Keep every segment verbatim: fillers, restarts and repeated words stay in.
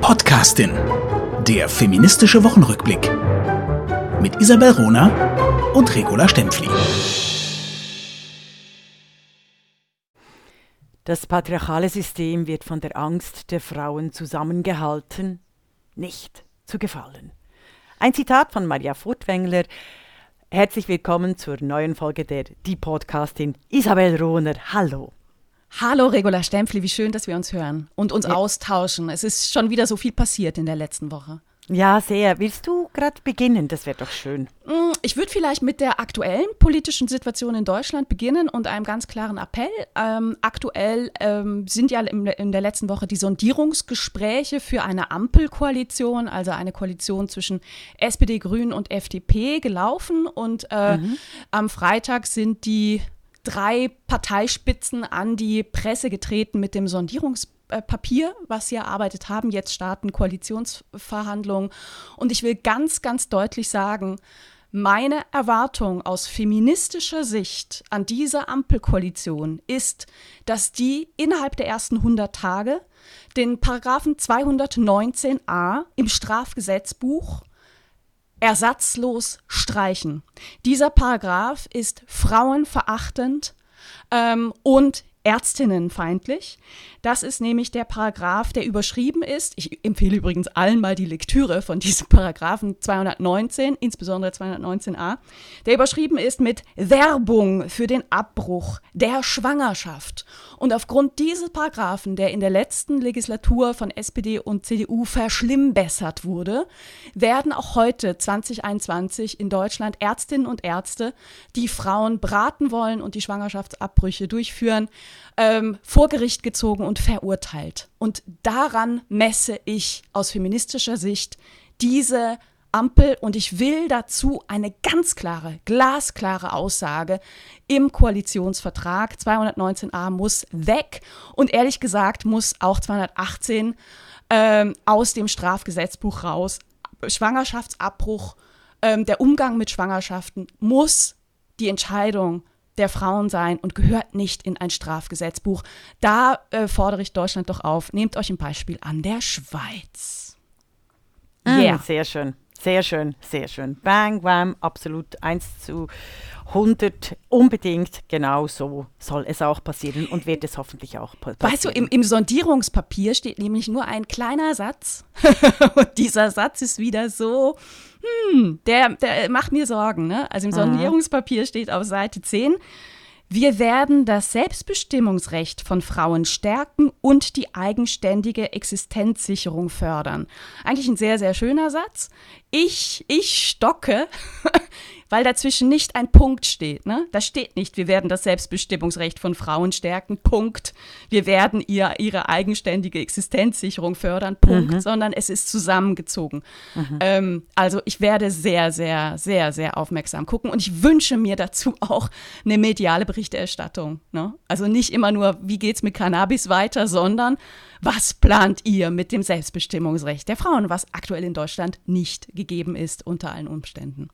Podcastin. Der feministische Wochenrückblick. Mit Isabel Rohner und Regula Stempfli. Das patriarchale System wird von der Angst der Frauen zusammengehalten, nicht zu gefallen. Ein Zitat von Maria Furtwängler. Herzlich willkommen zur neuen Folge der Die Podcastin Isabel Rohner. Hallo. Hallo Regula Stempfli, wie schön, dass wir uns hören und uns ja. austauschen. Es ist schon wieder so viel passiert in der letzten Woche. Ja, sehr. Willst du gerade beginnen? Das wäre doch schön. Ich würde vielleicht mit der aktuellen politischen Situation in Deutschland beginnen und einem ganz klaren Appell. Ähm, aktuell ähm, sind ja in, in der letzten Woche die Sondierungsgespräche für eine Ampelkoalition, also eine Koalition zwischen S P D, Grünen und F D P gelaufen. Und äh, mhm. am Freitag sind die drei Parteispitzen an die Presse getreten mit dem Sondierungspapier, was sie erarbeitet haben. Jetzt starten Koalitionsverhandlungen. Und ich will ganz, ganz deutlich sagen, meine Erwartung aus feministischer Sicht an diese Ampelkoalition ist, dass die innerhalb der ersten hundert Tage den Paragraphen zweihundertneunzehn a im Strafgesetzbuch ersatzlos streichen. Dieser Paragraph ist frauenverachtend ähm, und ärztinnenfeindlich. Das ist nämlich der Paragraph, der überschrieben ist. Ich empfehle übrigens allen mal die Lektüre von diesem Paragraphen zweihundertneunzehn, insbesondere zweihundertneunzehn a, der überschrieben ist mit Werbung für den Abbruch der Schwangerschaft. Und aufgrund dieses Paragraphen, der in der letzten Legislatur von S P D und C D U verschlimmbessert wurde, werden auch heute zwanzig einundzwanzig in Deutschland Ärztinnen und Ärzte, die Frauen beraten wollen und die Schwangerschaftsabbrüche durchführen, ähm, vor Gericht gezogen und verurteilt. Und daran messe ich aus feministischer Sicht diese Ampel und ich will dazu eine ganz klare, glasklare Aussage im Koalitionsvertrag. zweihundertneunzehn a muss weg und ehrlich gesagt muss auch zweihundertachtzehn ähm, aus dem Strafgesetzbuch raus. Schwangerschaftsabbruch, ähm, der Umgang mit Schwangerschaften muss die Entscheidung der Frauen sein und gehört nicht in ein Strafgesetzbuch. Da äh, fordere ich Deutschland doch auf. Nehmt euch ein Beispiel an der Schweiz. Yeah. Mm, sehr schön, sehr schön, sehr schön. Bang, bam, absolut eins zu hundert. Unbedingt genau so soll es auch passieren und wird es hoffentlich auch passieren. Weißt du, im, im Sondierungspapier steht nämlich nur ein kleiner Satz. Und dieser Satz ist wieder so, hm, der, der macht mir Sorgen. Ne? Also im Sondierungspapier steht auf Seite zehn, wir werden das Selbstbestimmungsrecht von Frauen stärken und die eigenständige Existenzsicherung fördern. Eigentlich ein sehr, sehr schöner Satz. Ich, ich stocke, weil dazwischen nicht ein Punkt steht. Ne? Da steht nicht, wir werden das Selbstbestimmungsrecht von Frauen stärken, Punkt. Wir werden ihr, ihre eigenständige Existenzsicherung fördern, Punkt. Mhm. Sondern es ist zusammengezogen. Mhm. Ähm, also ich werde sehr, sehr, sehr, sehr aufmerksam gucken und ich wünsche mir dazu auch eine mediale Berichterstattung. Ne? Also nicht immer nur, wie geht's mit Cannabis weiter, sondern was plant ihr mit dem Selbstbestimmungsrecht der Frauen, was aktuell in Deutschland nicht gegeben ist unter allen Umständen.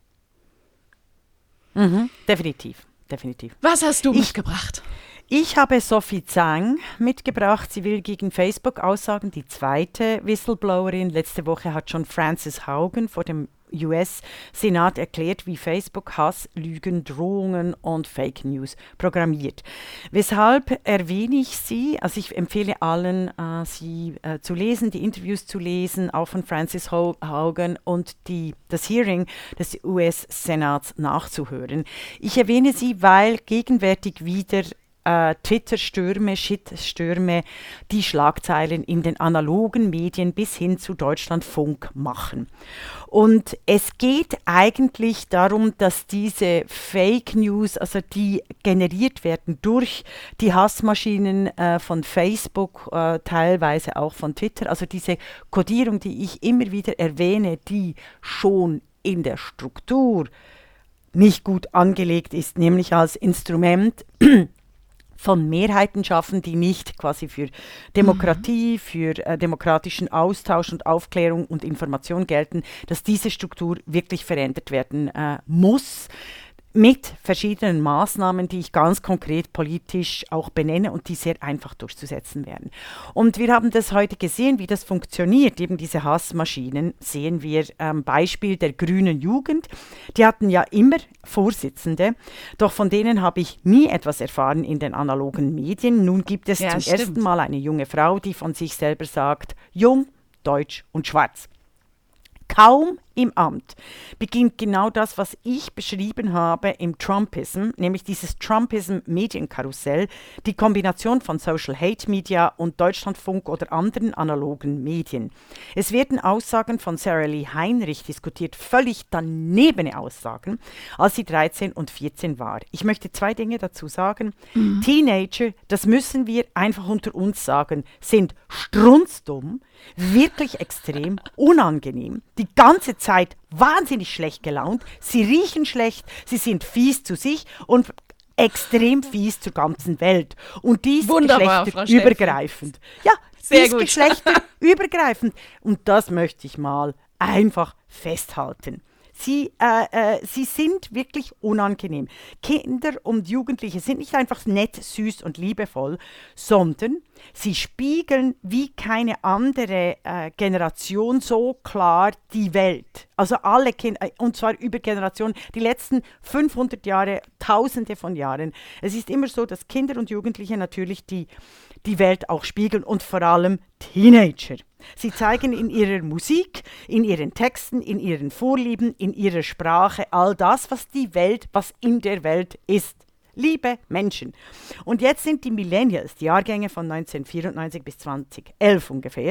Mhm, definitiv, definitiv. Was hast du ich, mitgebracht? Ich habe Sophie Zhang mitgebracht. Sie will gegen Facebook aussagen, die zweite Whistleblowerin. Letzte Woche hat schon Frances Haugen vor dem U S-Senat erklärt, wie Facebook Hass, Lügen, Drohungen und Fake News programmiert. Weshalb erwähne ich sie? Also ich empfehle allen, äh, sie äh, zu lesen, die Interviews zu lesen, auch von Frances Haugen und die, das Hearing des U S-Senats nachzuhören. Ich erwähne sie, weil gegenwärtig wieder Uh, Twitter-Stürme, Shit-Stürme, die Schlagzeilen in den analogen Medien bis hin zu Deutschlandfunk machen. Und es geht eigentlich darum, dass diese Fake News, also die generiert werden durch die Hassmaschinen uh, von Facebook, uh, teilweise auch von Twitter, also diese Kodierung, die ich immer wieder erwähne, die schon in der Struktur nicht gut angelegt ist, nämlich als Instrument von Mehrheiten schaffen, die nicht quasi für Demokratie, mhm. für äh, demokratischen Austausch und Aufklärung und Information gelten, dass diese Struktur wirklich verändert werden äh, muss. mit verschiedenen Maßnahmen, die ich ganz konkret politisch auch benenne und die sehr einfach durchzusetzen werden. Und wir haben das heute gesehen, wie das funktioniert, eben diese Hassmaschinen, sehen wir am Beispiel der Grünen Jugend. Die hatten ja immer Vorsitzende, doch von denen habe ich nie etwas erfahren in den analogen Medien. Nun gibt es ja, zum stimmt. ersten Mal eine junge Frau, die von sich selber sagt, jung, deutsch und schwarz. Kaum im Amt beginnt genau das, was ich beschrieben habe im Trumpism, nämlich dieses Trumpism-Medienkarussell, die Kombination von Social Hate Media und Deutschlandfunk oder anderen analogen Medien. Es werden Aussagen von Sarah Lee Heinrich diskutiert, völlig danebene Aussagen, als sie dreizehn und vierzehn war. Ich möchte zwei Dinge dazu sagen. Mhm. Teenager, das müssen wir einfach unter uns sagen, sind strunzdumm, wirklich extrem unangenehm, die ganze Zeit wahnsinnig schlecht gelaunt, sie riechen schlecht, sie sind fies zu sich und extrem fies zur ganzen Welt. Und dies geschlechterübergreifend. Ja, Sehr dies gut. geschlechterübergreifend. Und das möchte ich mal einfach festhalten. Sie, äh, äh, sie sind wirklich unangenehm. Kinder und Jugendliche sind nicht einfach nett, süß und liebevoll, sondern sie spiegeln wie keine andere äh, Generation so klar die Welt. Also alle Kinder, und zwar über Generationen, die letzten fünfhundert Jahre, tausende von Jahren. Es ist immer so, dass Kinder und Jugendliche natürlich die, die Welt auch spiegeln und vor allem Teenager. Sie zeigen in ihrer Musik, in ihren Texten, in ihren Vorlieben, in ihrer Sprache all das, was die Welt, was in der Welt ist. Liebe Menschen. Und jetzt sind die Millennials, die Jahrgänge von neunzehnhundertvierundneunzig bis zweitausendelf ungefähr,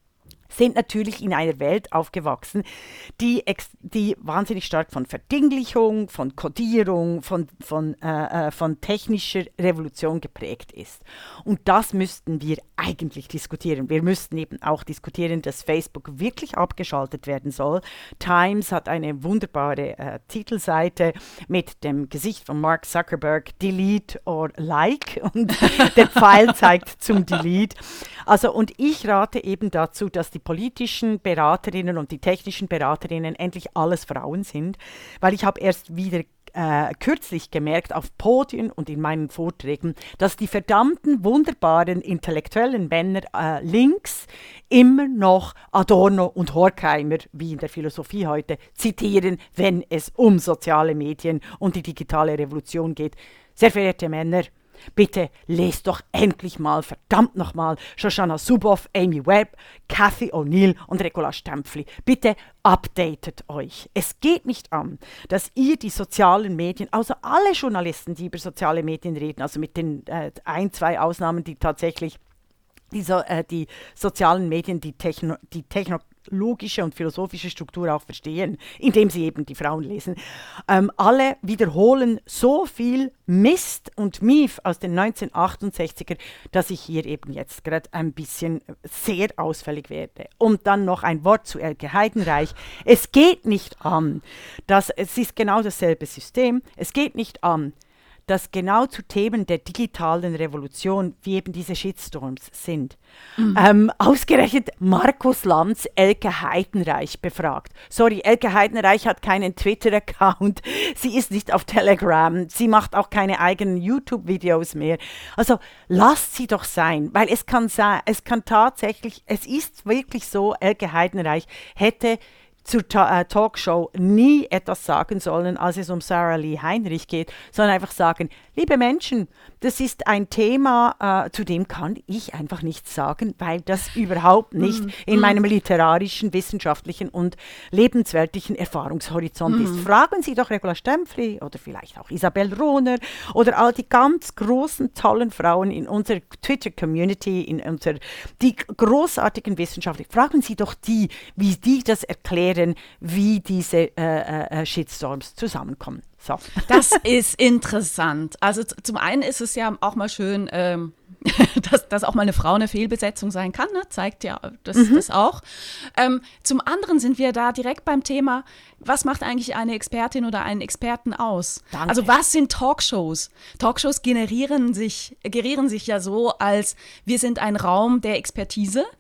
sind natürlich in einer Welt aufgewachsen, die, ex- die wahnsinnig stark von Verdinglichung, von Kodierung, von, von, äh, äh, von technischer Revolution geprägt ist. Und das müssten wir eigentlich diskutieren. Wir müssten eben auch diskutieren, dass Facebook wirklich abgeschaltet werden soll. Times hat eine wunderbare äh, Titelseite mit dem Gesicht von Mark Zuckerberg, Delete or Like, und der Pfeil zeigt zum Delete. Also, und ich rate eben dazu, dass die politischen Beraterinnen und die technischen Beraterinnen endlich alles Frauen sind, weil ich habe erst wieder äh, kürzlich gemerkt auf Podien und in meinen Vorträgen, dass die verdammten, wunderbaren, intellektuellen Männer äh, links immer noch Adorno und Horkheimer, wie in der Philosophie heute, zitieren, wenn es um soziale Medien und die digitale Revolution geht. Sehr verehrte Männer, bitte lest doch endlich mal, verdammt nochmal, Shoshana Zuboff, Amy Webb, Cathy O'Neill und Regula Stempfli. Bitte updatet euch. Es geht nicht an, dass ihr die sozialen Medien, also alle Journalisten, die über soziale Medien reden, also mit den äh, ein, zwei Ausnahmen, die tatsächlich die, so, äh, die sozialen Medien, die, Techno, die technologische und philosophische Struktur auch verstehen, indem sie eben die Frauen lesen. Ähm, alle wiederholen so viel Mist und Mief aus den neunzehnhundertachtundsechziger, dass ich hier eben jetzt gerade ein bisschen sehr ausfällig werde. Und dann noch ein Wort zu Elke Heidenreich. Es geht nicht an, dass es ist genau dasselbe System. Es geht nicht an, dass genau zu Themen der digitalen Revolution, wie eben diese Shitstorms sind, mhm. ähm, ausgerechnet Markus Lanz Elke Heidenreich befragt. Sorry, Elke Heidenreich hat keinen Twitter-Account, sie ist nicht auf Telegram, sie macht auch keine eigenen YouTube-Videos mehr. Also lasst sie doch sein, weil es kann sein, es kann tatsächlich, es ist wirklich so, Elke Heidenreich hätte zur Ta- äh, Talkshow nie etwas sagen sollen, als es um Sarah Lee Heinrich geht, sondern einfach sagen, liebe Menschen, das ist ein Thema, äh, zu dem kann ich einfach nichts sagen, weil das überhaupt nicht mm. in meinem literarischen, wissenschaftlichen und lebensweltlichen Erfahrungshorizont mm. ist. Fragen Sie doch Regula Stempfli oder vielleicht auch Isabel Rohner oder all die ganz großen, tollen Frauen in unserer Twitter-Community, in unserer, die großartigen Wissenschaftler, fragen Sie doch die, wie die das erklären, wie diese äh, äh, Shitstorms zusammenkommen. So. Das ist interessant. Also z- zum einen ist es ja auch mal schön, ähm, dass, dass auch mal eine Frau eine Fehlbesetzung sein kann, ne? Zeigt ja das, mhm. das auch. Ähm, zum anderen sind wir da direkt beim Thema, was macht eigentlich eine Expertin oder einen Experten aus? Danke. Also was sind Talkshows? Talkshows generieren sich, gerieren sich ja so, als wir sind ein Raum der Expertise, ne?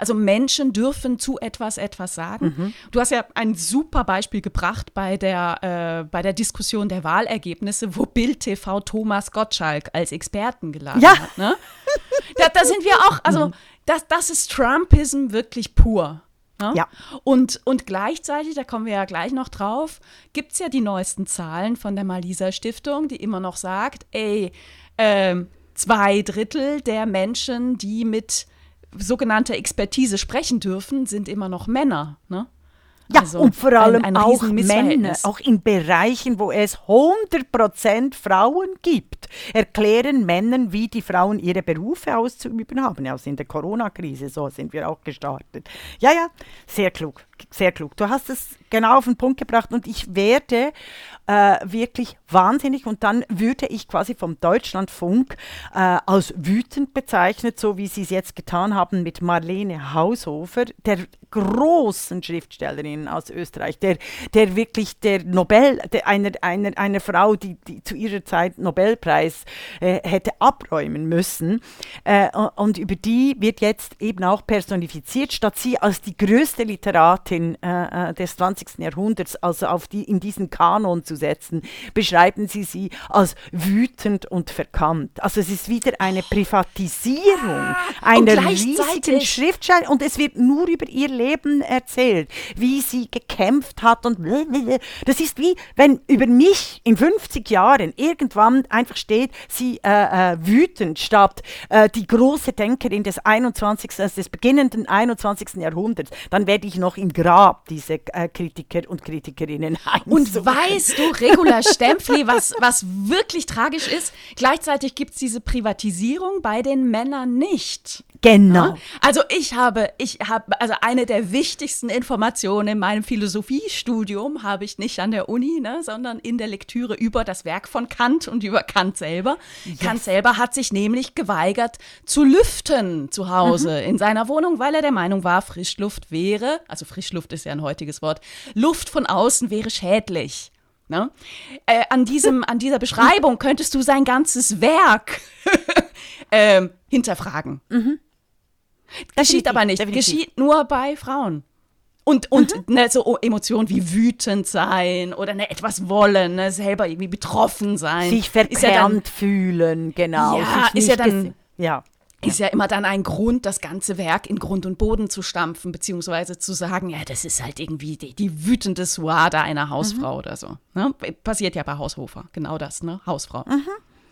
Also Menschen dürfen zu etwas etwas sagen. Mhm. Du hast ja ein super Beispiel gebracht bei der, äh, bei der Diskussion der Wahlergebnisse, wo Bild T V Thomas Gottschalk als Experten geladen ja. hat. Ne? Da, da sind wir auch, also mhm. das, das ist Trumpism wirklich pur. Ne? Ja. Und, und gleichzeitig, da kommen wir ja gleich noch drauf, gibt es ja die neuesten Zahlen von der Malisa Stiftung, die immer noch sagt, ey, ähm, zwei Drittel der Menschen, die mit sogenannter Expertise sprechen dürfen, sind immer noch Männer. Ne? Ja, also und vor allem ein, ein auch Männer, auch in Bereichen, wo es hundert Prozent Frauen gibt, erklären Männern, wie die Frauen ihre Berufe auszuüben haben. Also in der Corona-Krise, so sind wir auch gestartet. Ja, ja, sehr klug, sehr klug. Du hast es genau auf den Punkt gebracht und ich werde äh, wirklich wahnsinnig und dann würde ich quasi vom Deutschlandfunk äh, als wütend bezeichnet, so wie sie es jetzt getan haben mit Marlene Haushofer, der großen Schriftstellerin aus Österreich, der, der wirklich der Nobel, der, einer, einer, einer Frau, die, die zu ihrer Zeit Nobelpreis äh, hätte abräumen müssen. Äh, und über die wird jetzt eben auch personifiziert, statt sie als die größte Literatin äh, des zwanzigsten Jahrhunderts, also auf die, in diesen Kanon zu setzen, beschreiben sie sie als wütend und verkannt. Also es ist wieder eine Privatisierung einer riesigen Schriftstellerin und es wird nur über ihr Leben erzählt, wie sie gekämpft hat und blablabla. Das ist wie, wenn über mich in fünfzig Jahren irgendwann einfach steht, sie äh, äh, wütend statt äh, die große Denkerin des einundzwanzigsten des beginnenden einundzwanzigsten Jahrhunderts, dann werde ich noch im Grab diese äh, Kritiker und Kritikerinnen heimsuchen. Und weißt du, Regula Stempfli, was, was wirklich tragisch ist, gleichzeitig gibt es diese Privatisierung bei den Männern nicht. Genau. Ja? Also ich habe, ich habe, also eine der wichtigsten Informationen in meinem Philosophiestudium habe ich nicht an der Uni, ne, sondern in der Lektüre über das Werk von Kant und über Kant selber. Yes. Kant selber hat sich nämlich geweigert zu lüften zu Hause mhm. in seiner Wohnung, weil er der Meinung war, Frischluft wäre, also Frischluft ist ja ein heutiges Wort, Luft von außen wäre schädlich. Ne? Äh, an, diesem, an dieser Beschreibung könntest du sein ganzes Werk äh, hinterfragen. Mhm. Geschieht aber nicht, definitiv. Geschieht nur bei Frauen. Und, und mhm. ne, so Emotionen wie wütend sein oder ne, etwas wollen, ne, selber irgendwie betroffen sein. Sich verklemmt ja dann, fühlen, genau. Ja, ist ja dann... Ja. Ist ja immer dann ein Grund, das ganze Werk in Grund und Boden zu stampfen, beziehungsweise zu sagen, ja, das ist halt irgendwie die, die wütende Suade einer Hausfrau mhm. oder so. Ne? Passiert ja bei Haushofer, genau das, ne? Hausfrau. Mhm.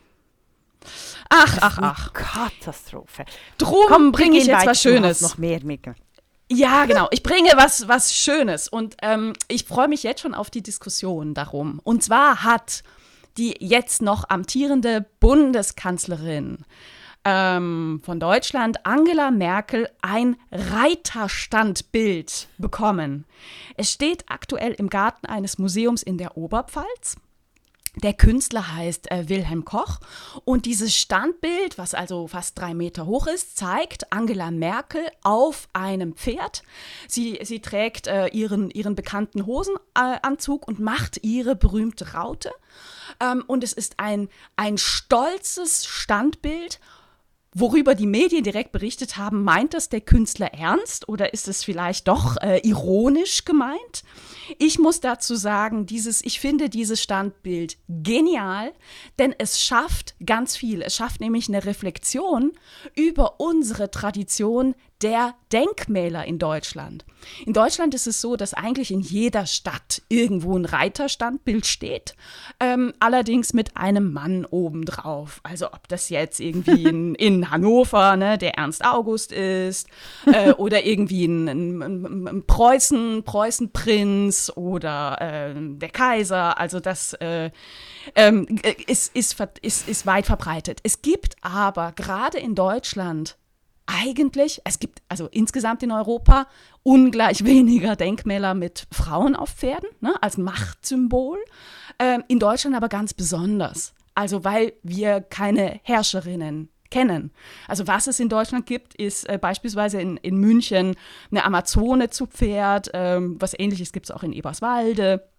Ach, ach, ach. Katastrophe. Drum bringe ich jetzt was Schönes. Noch mehr, Mikkel. Ja, genau. Ich bringe was, was Schönes. Und ähm, ich freue mich jetzt schon auf die Diskussion darum. Und zwar hat die jetzt noch amtierende Bundeskanzlerin ähm, von Deutschland, Angela Merkel, ein Reiterstandbild bekommen. Es steht aktuell im Garten eines Museums in der Oberpfalz. Der Künstler heißt äh, Wilhelm Koch und dieses Standbild, was also fast drei Meter hoch ist, zeigt Angela Merkel auf einem Pferd. Sie, sie trägt äh, ihren, ihren bekannten Hosenanzug und macht ihre berühmte Raute. Ähm, und es ist ein, ein stolzes Standbild, worüber die Medien direkt berichtet haben. Meint das der Künstler ernst oder ist es vielleicht doch äh, ironisch gemeint? Ich muss dazu sagen, dieses, ich finde dieses Standbild genial, denn es schafft ganz viel. Es schafft nämlich eine Reflexion über unsere Tradition der Denkmäler in Deutschland. In Deutschland ist es so, dass eigentlich in jeder Stadt irgendwo ein Reiterstandbild steht, ähm, allerdings mit einem Mann obendrauf. Also ob das jetzt irgendwie in, in Hannover, ne, der Ernst August ist äh, oder irgendwie ein, ein, ein, ein Preußen, Preußenprinz oder äh, der Kaiser. Also das äh, ähm, ist, ist, ist, ist weit verbreitet. Es gibt aber gerade in Deutschland eigentlich, es gibt also insgesamt in Europa ungleich weniger Denkmäler mit Frauen auf Pferden, ne, als Machtsymbol. Ähm, in Deutschland aber ganz besonders. Also weil wir keine Herrscherinnen kennen. Also was es in Deutschland gibt, ist äh, beispielsweise in, in München eine Amazone zu Pferd. Ähm, was Ähnliches gibt es auch in Eberswalde.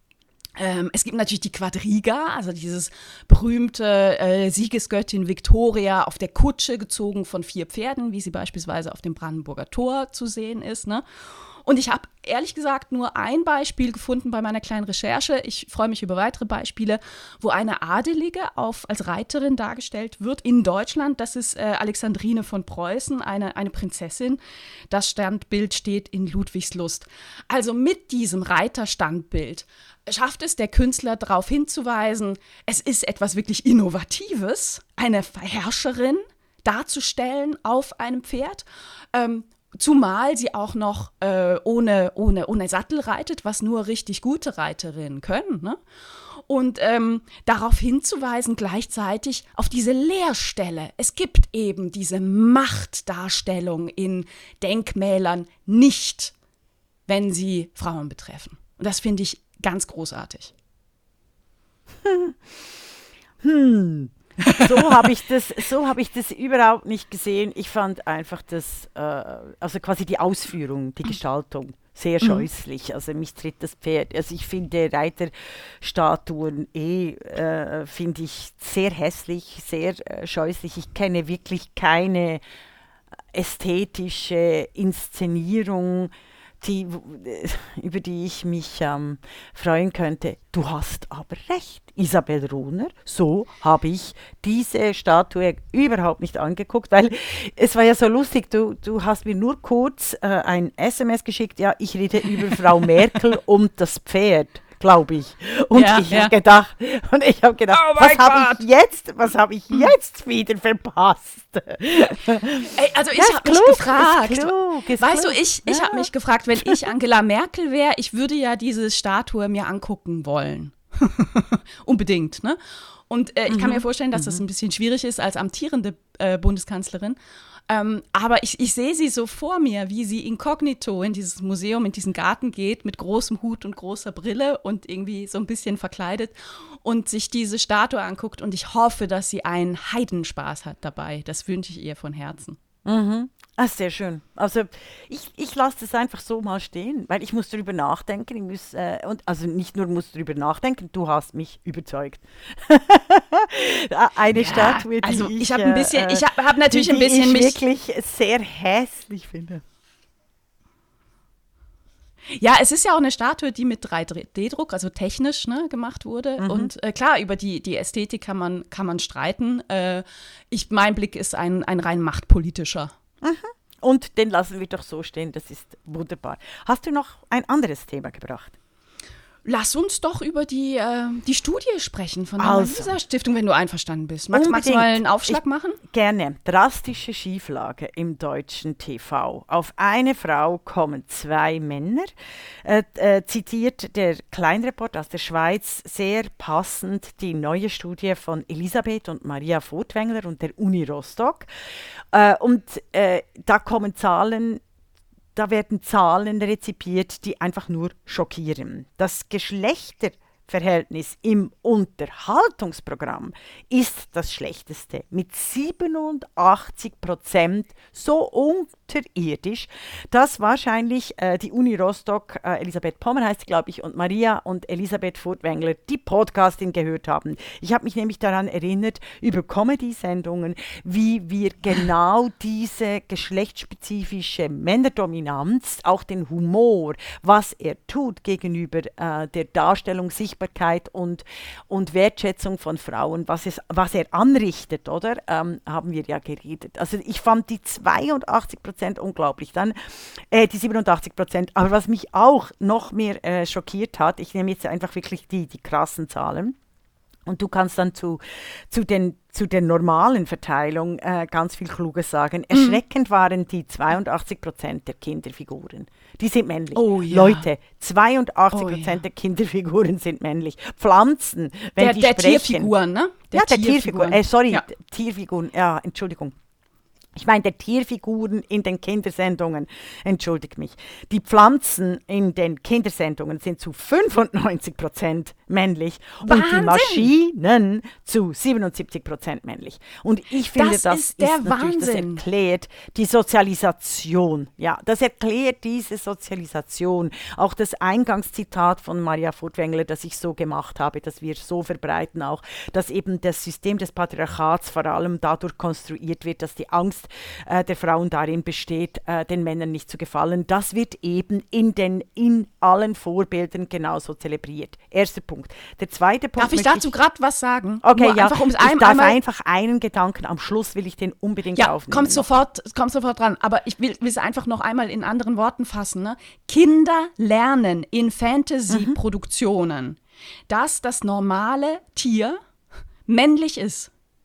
Ähm, es gibt natürlich die Quadriga, also dieses berühmte äh, Siegesgöttin Victoria auf der Kutsche, gezogen von vier Pferden, wie sie beispielsweise auf dem Brandenburger Tor zu sehen ist, ne? Und ich habe ehrlich gesagt nur ein Beispiel gefunden bei meiner kleinen Recherche. Ich freue mich über weitere Beispiele, wo eine Adelige auf, als Reiterin dargestellt wird in Deutschland. Das ist äh, Alexandrine von Preußen, eine, eine Prinzessin. Das Standbild steht in Ludwigslust. Also mit diesem Reiterstandbild schafft es der Künstler darauf hinzuweisen, es ist etwas wirklich Innovatives, eine Herrscherin darzustellen auf einem Pferd, ähm, zumal sie auch noch äh, ohne, ohne, ohne Sattel reitet, was nur richtig gute Reiterinnen können, ne? Und ähm, darauf hinzuweisen gleichzeitig auf diese Leerstelle. Es gibt eben diese Machtdarstellung in Denkmälern nicht, wenn sie Frauen betreffen. Und das finde ich ganz großartig. Hm. hm. So habe ich das, so habe ich das überhaupt nicht gesehen. Ich fand einfach das, äh, also quasi die Ausführung, die Gestaltung sehr scheußlich. Also mich tritt das Pferd. Also ich finde Reiterstatuen eh, äh, finde ich sehr hässlich, sehr äh, scheußlich. Ich kenne wirklich keine ästhetische Inszenierung, die, über die ich mich ähm, freuen könnte. Du hast aber recht, Isabel Rohner, so habe ich diese Statue überhaupt nicht angeguckt, weil es war ja so lustig, du, du hast mir nur kurz äh, ein S M S geschickt, ja, ich rede über Frau Merkel und das Pferd, glaube ich. Und ja, ich ja. habe gedacht, und ich habe gedacht, oh was habe ich jetzt, was habe ich jetzt wieder verpasst? Ey, also ich ja, habe mich gefragt, klug, weißt klug. du, ich, ich ja. habe mich gefragt, wenn ich Angela Merkel wäre, ich würde ja diese Statue mir angucken wollen. Unbedingt, ne? Und äh, ich mhm. kann mir vorstellen, dass mhm. das ein bisschen schwierig ist als amtierende äh, Bundeskanzlerin. Ähm, aber ich, ich sehe sie so vor mir, wie sie inkognito in dieses Museum, in diesen Garten geht, mit großem Hut und großer Brille und irgendwie so ein bisschen verkleidet und sich diese Statue anguckt. Und ich hoffe, dass sie einen Heidenspaß hat dabei. Das wünsche ich ihr von Herzen. Mhm. Ah, sehr schön. Also ich, ich lasse das einfach so mal stehen, weil ich muss darüber nachdenken. Ich muss, äh, und, also nicht nur muss darüber nachdenken, du hast mich überzeugt. Eine ja, Statue, die also ich, ich habe ein bisschen, äh, ich habe hab natürlich die, ein bisschen die ich mich wirklich sehr hässlich finde. Ja, es ist ja auch eine Statue, die mit drei D Druck, also technisch, ne, gemacht wurde. Mhm. Und äh, klar, über die, die Ästhetik kann man, kann man streiten. Äh, ich, mein Blick ist ein, ein rein machtpolitischer. Mhm. Und den lassen wir doch so stehen, das ist wunderbar. Hast du noch ein anderes Thema gebracht? Lass uns doch über die, äh, die Studie sprechen von der Also, Malteser-Stiftung, wenn du einverstanden bist. Magst, magst du mal einen Aufschlag ich, machen? Gerne. Drastische Schieflage im deutschen T V. Auf eine Frau kommen zwei Männer. Äh, äh, zitiert der Kleinreport aus der Schweiz sehr passend die neue Studie von Elisabeth und Maria Furtwängler und der Uni Rostock. Äh, und äh, da kommen Zahlen, Da werden Zahlen rezipiert, die einfach nur schockieren. Das Geschlechterverhältnis im Unterhaltungsprogramm ist das schlechteste. Mit siebenundachtzig Prozent, so unterirdisch, dass wahrscheinlich äh, die Uni Rostock, äh, Elisabeth Pommer heißt sie, glaube ich, und Maria und Elisabeth Furtwängler, die Podcastin gehört haben. Ich habe mich nämlich daran erinnert, über Comedy-Sendungen, wie wir genau diese geschlechtsspezifische Männerdominanz, auch den Humor, was er tut gegenüber äh, der Darstellung, Sichtbarkeit und, und Wertschätzung von Frauen, was, es, was er anrichtet, oder? Ähm, haben wir ja geredet. Also ich fand die zweiundachtzig Prozent unglaublich, dann äh, die siebenundachtzig Prozent. Aber was mich auch noch mehr äh, schockiert hat, ich nehme jetzt einfach wirklich die, die krassen Zahlen, und du kannst dann zu, zu, den, zu der normalen Verteilung äh, ganz viel Kluges sagen. Erschreckend mhm. waren die zweiundachtzig Prozent der Kinderfiguren. Die sind männlich. Oh, ja. Leute, zweiundachtzig Prozent oh, ja. der Kinderfiguren sind männlich. Pflanzen, wenn der, die der sprechen. Tierfiguren, ne? Der ja, der Tierfiguren. Äh, sorry, ja. Tierfiguren, ja, Entschuldigung. Ich meine, die Tierfiguren in den Kindersendungen, entschuldigt mich, die Pflanzen in den Kindersendungen sind zu fünfundneunzig Prozent männlich Wahnsinn. und die Maschinen zu siebenundsiebzig Prozent männlich. Und ich finde, Das das, ist ist, der natürlich, das Wahnsinn. erklärt die Sozialisation. Ja, das erklärt diese Sozialisation. Auch das Eingangszitat von Maria Furtwängler, das ich so gemacht habe, dass wir so verbreiten auch, dass eben das System des Patriarchats vor allem dadurch konstruiert wird, dass die Angst äh, der Frauen darin besteht, äh, den Männern nicht zu gefallen. Das wird eben in, den, in allen Vorbildern genauso zelebriert. Erster Punkt. Der zweite Punkt. Darf ich dazu gerade was sagen? Okay, Nur ja. einfach, um's ich ein, darf einmal, einfach einen Gedanken, am Schluss will ich den unbedingt ja, aufnehmen. kommt sofort, kommt sofort dran. Aber ich will es einfach noch einmal in anderen Worten fassen. Ne? Kinder lernen in Fantasy-Produktionen, mhm. dass das normale Tier männlich ist.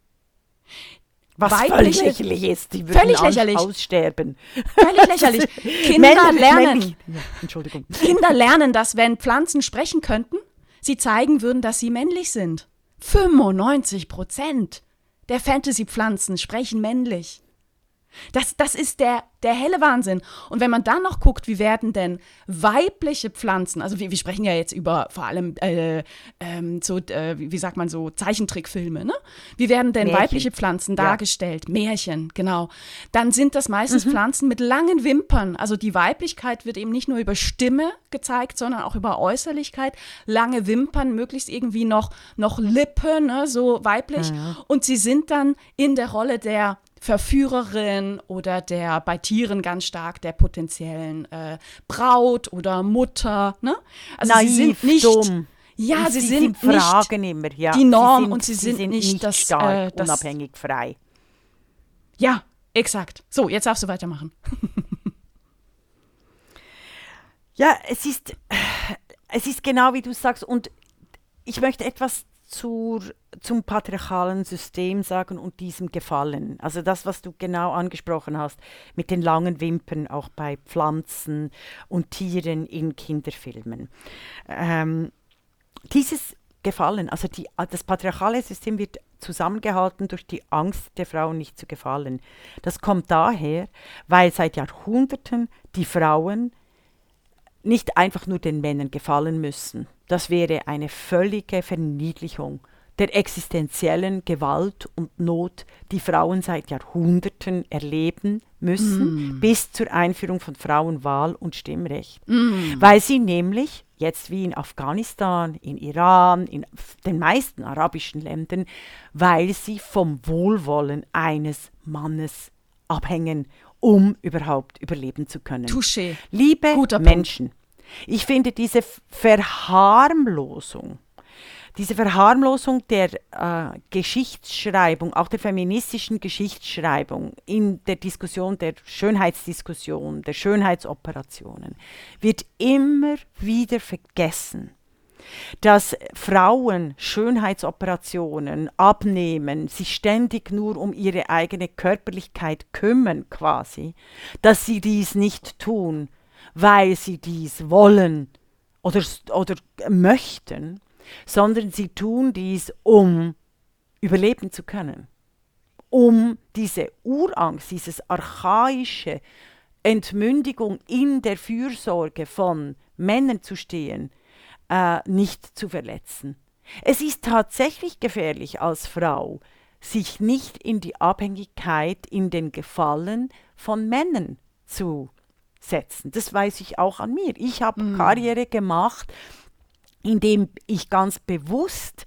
Was Weibliche, völlig lächerlich ist, die würden völlig lächerlich. aussterben. Völlig lächerlich. Kinder männlich, lernen, männlich. Ja, Entschuldigung. Kinder lernen, dass wenn Pflanzen sprechen könnten, sie zeigen würden, dass sie männlich sind. fünfundneunzig Prozent der Fantasy-Pflanzen sprechen männlich. Das, das ist der, der helle Wahnsinn. Und wenn man dann noch guckt, wie werden denn weibliche Pflanzen, also wir, wir sprechen ja jetzt über vor allem, äh, ähm, so, äh, wie sagt man so, Zeichentrickfilme, ne? Wie werden denn Märchen. weibliche Pflanzen Ja. dargestellt? Märchen, genau. Dann sind das meistens Mhm. Pflanzen mit langen Wimpern. Also die Weiblichkeit wird eben nicht nur über Stimme gezeigt, sondern auch über Äußerlichkeit. Lange Wimpern, möglichst irgendwie noch, noch Lippe, ne? So weiblich. Mhm. Und sie sind dann in der Rolle der Verführerin oder der bei Tieren ganz stark der potenziellen äh, Braut oder Mutter. Ne? Also Naiv, sie sind nicht, dumm. ja, Und sie, sie sind Fragen nicht immer, ja. die Norm sie sind, und sie sind sind nicht das, stark, äh, das- unabhängig, frei. Ja, exakt. So, jetzt darfst du weitermachen. Ja, es ist, es ist genau wie du sagst. Und ich möchte etwas zur, zum patriarchalen System sagen und diesem Gefallen. Also das, was du genau angesprochen hast, mit den langen Wimpern auch bei Pflanzen und Tieren in Kinderfilmen. Ähm, dieses Gefallen, also die, das patriarchale System wird zusammengehalten durch die Angst der Frauen nicht zu gefallen. Das kommt daher, weil seit Jahrhunderten die Frauen nicht einfach nur den Männern gefallen müssen. Das wäre eine völlige Verniedlichung der existenziellen Gewalt und Not, die Frauen seit Jahrhunderten erleben müssen, mm. bis zur Einführung von Frauenwahl und Stimmrecht. Mm. Weil sie nämlich, jetzt wie in Afghanistan, in Iran, in den meisten arabischen Ländern, weil sie vom Wohlwollen eines Mannes abhängen, um überhaupt überleben zu können. Touché. Liebe Guter Menschen, ich finde diese Verharmlosung, diese Verharmlosung der äh, Geschichtsschreibung, auch der feministischen Geschichtsschreibung in der Diskussion, der Schönheitsdiskussion, der Schönheitsoperationen, wird immer wieder vergessen, dass Frauen Schönheitsoperationen abnehmen, sich ständig nur um ihre eigene Körperlichkeit kümmern quasi, dass sie dies nicht tun, weil sie dies wollen oder, oder möchten, sondern sie tun dies, um überleben zu können, um diese Urangst, dieses archaische Entmündigung in der Fürsorge von Männern zu stehen, äh, nicht zu verletzen. Es ist tatsächlich gefährlich als Frau, sich nicht in die Abhängigkeit, in den Gefallen von Männern zu setzen. Das weiß ich auch an mir. Ich habe mm. Karriere gemacht, indem ich ganz bewusst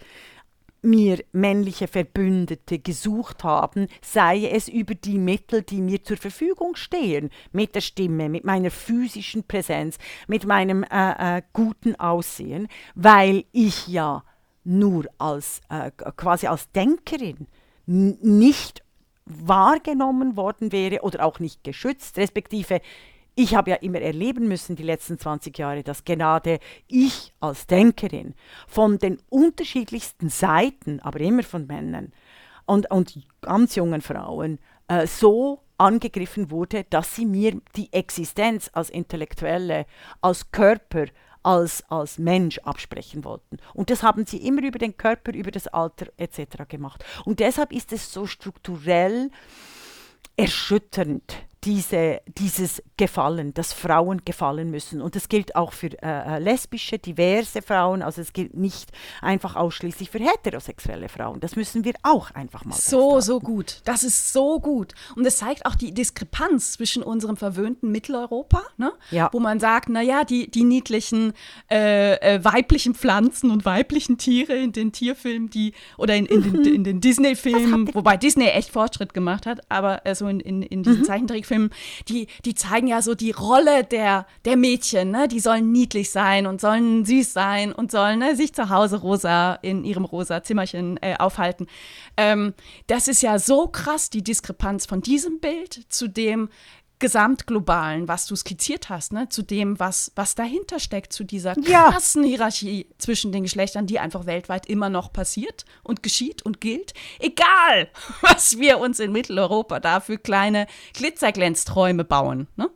mir männliche Verbündete gesucht habe, sei es über die Mittel, die mir zur Verfügung stehen, mit der Stimme, mit meiner physischen Präsenz, mit meinem äh, äh, guten Aussehen, weil ich ja nur als äh, quasi als Denkerin n- nicht wahrgenommen worden wäre oder auch nicht geschützt, respektive ich habe ja immer erleben müssen, die letzten zwanzig Jahre, dass gerade ich als Denkerin von den unterschiedlichsten Seiten, aber immer von Männern und, und ganz jungen Frauen, äh, so angegriffen wurde, dass sie mir die Existenz als Intellektuelle, als Körper, als, als Mensch absprechen wollten. Und das haben sie immer über den Körper, über das Alter et cetera gemacht. Und deshalb ist es so strukturell erschütternd, diese, dieses Gefallen, dass Frauen gefallen müssen. Und das gilt auch für äh, lesbische, diverse Frauen. Also es gilt nicht einfach ausschließlich für heterosexuelle Frauen. Das müssen wir auch einfach mal So, festhalten. so gut. Das ist so gut. Und es zeigt auch die Diskrepanz zwischen unserem verwöhnten Mitteleuropa, ne? Ja. Wo man sagt, naja, die, die niedlichen äh, äh, weiblichen Pflanzen und weiblichen Tiere in den Tierfilmen, die oder in, in, mhm. den, in den Disney-Filmen, wobei Disney echt Fortschritt gemacht hat, aber äh, so in, in, in diesen mhm. Zeichentrickfilmen, die, die zeigen ja so die Rolle der, der Mädchen, ne? Die sollen niedlich sein und sollen süß sein und sollen ne, sich zu Hause rosa in ihrem rosa Zimmerchen äh, aufhalten. Ähm, das ist ja so krass, die Diskrepanz von diesem Bild zu dem Gesamtglobalen, was du skizziert hast, ne? Zu dem, was, was dahinter steckt, zu dieser krassen ja. Hierarchie zwischen den Geschlechtern, die einfach weltweit immer noch passiert und geschieht und gilt. Egal, was wir uns in Mitteleuropa da für kleine Glitzerglänzträume bauen, ne?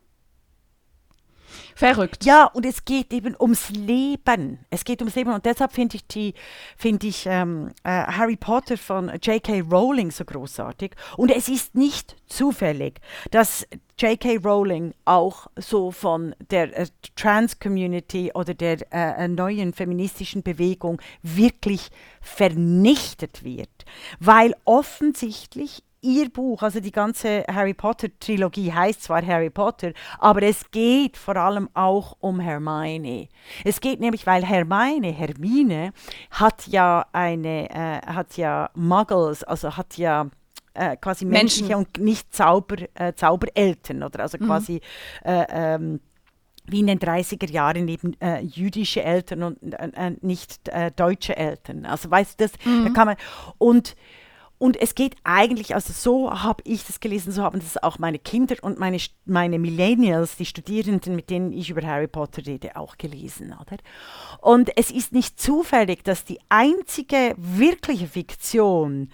Verrückt. Ja, und es geht eben ums Leben. Es geht ums Leben und deshalb finde ich, die, find ich ähm, äh, Harry Potter von J K Rowling so großartig. Und es ist nicht zufällig, dass J K Rowling auch so von der äh, Trans-Community oder der äh, neuen feministischen Bewegung wirklich vernichtet wird. Weil offensichtlich ihr Buch, also die ganze Harry Potter-Trilogie heißt zwar Harry Potter, aber es geht vor allem auch um Hermione. Es geht nämlich, weil Hermione, Hermine, hat ja eine, äh, hat ja Muggles, also hat ja äh, quasi menschliche Menschen. Und nicht Zauber, äh, Zaubereltern, oder also mhm. quasi äh, ähm, wie in den dreißiger Jahren eben äh, jüdische Eltern und äh, nicht äh, deutsche Eltern. Also weißt du das, mhm. da kann man, und Und es geht eigentlich, also so habe ich das gelesen, so haben das auch meine Kinder und meine, meine Millennials, die Studierenden, mit denen ich über Harry Potter rede, auch gelesen. Oder? Und es ist nicht zufällig, dass die einzige wirkliche Fiktion,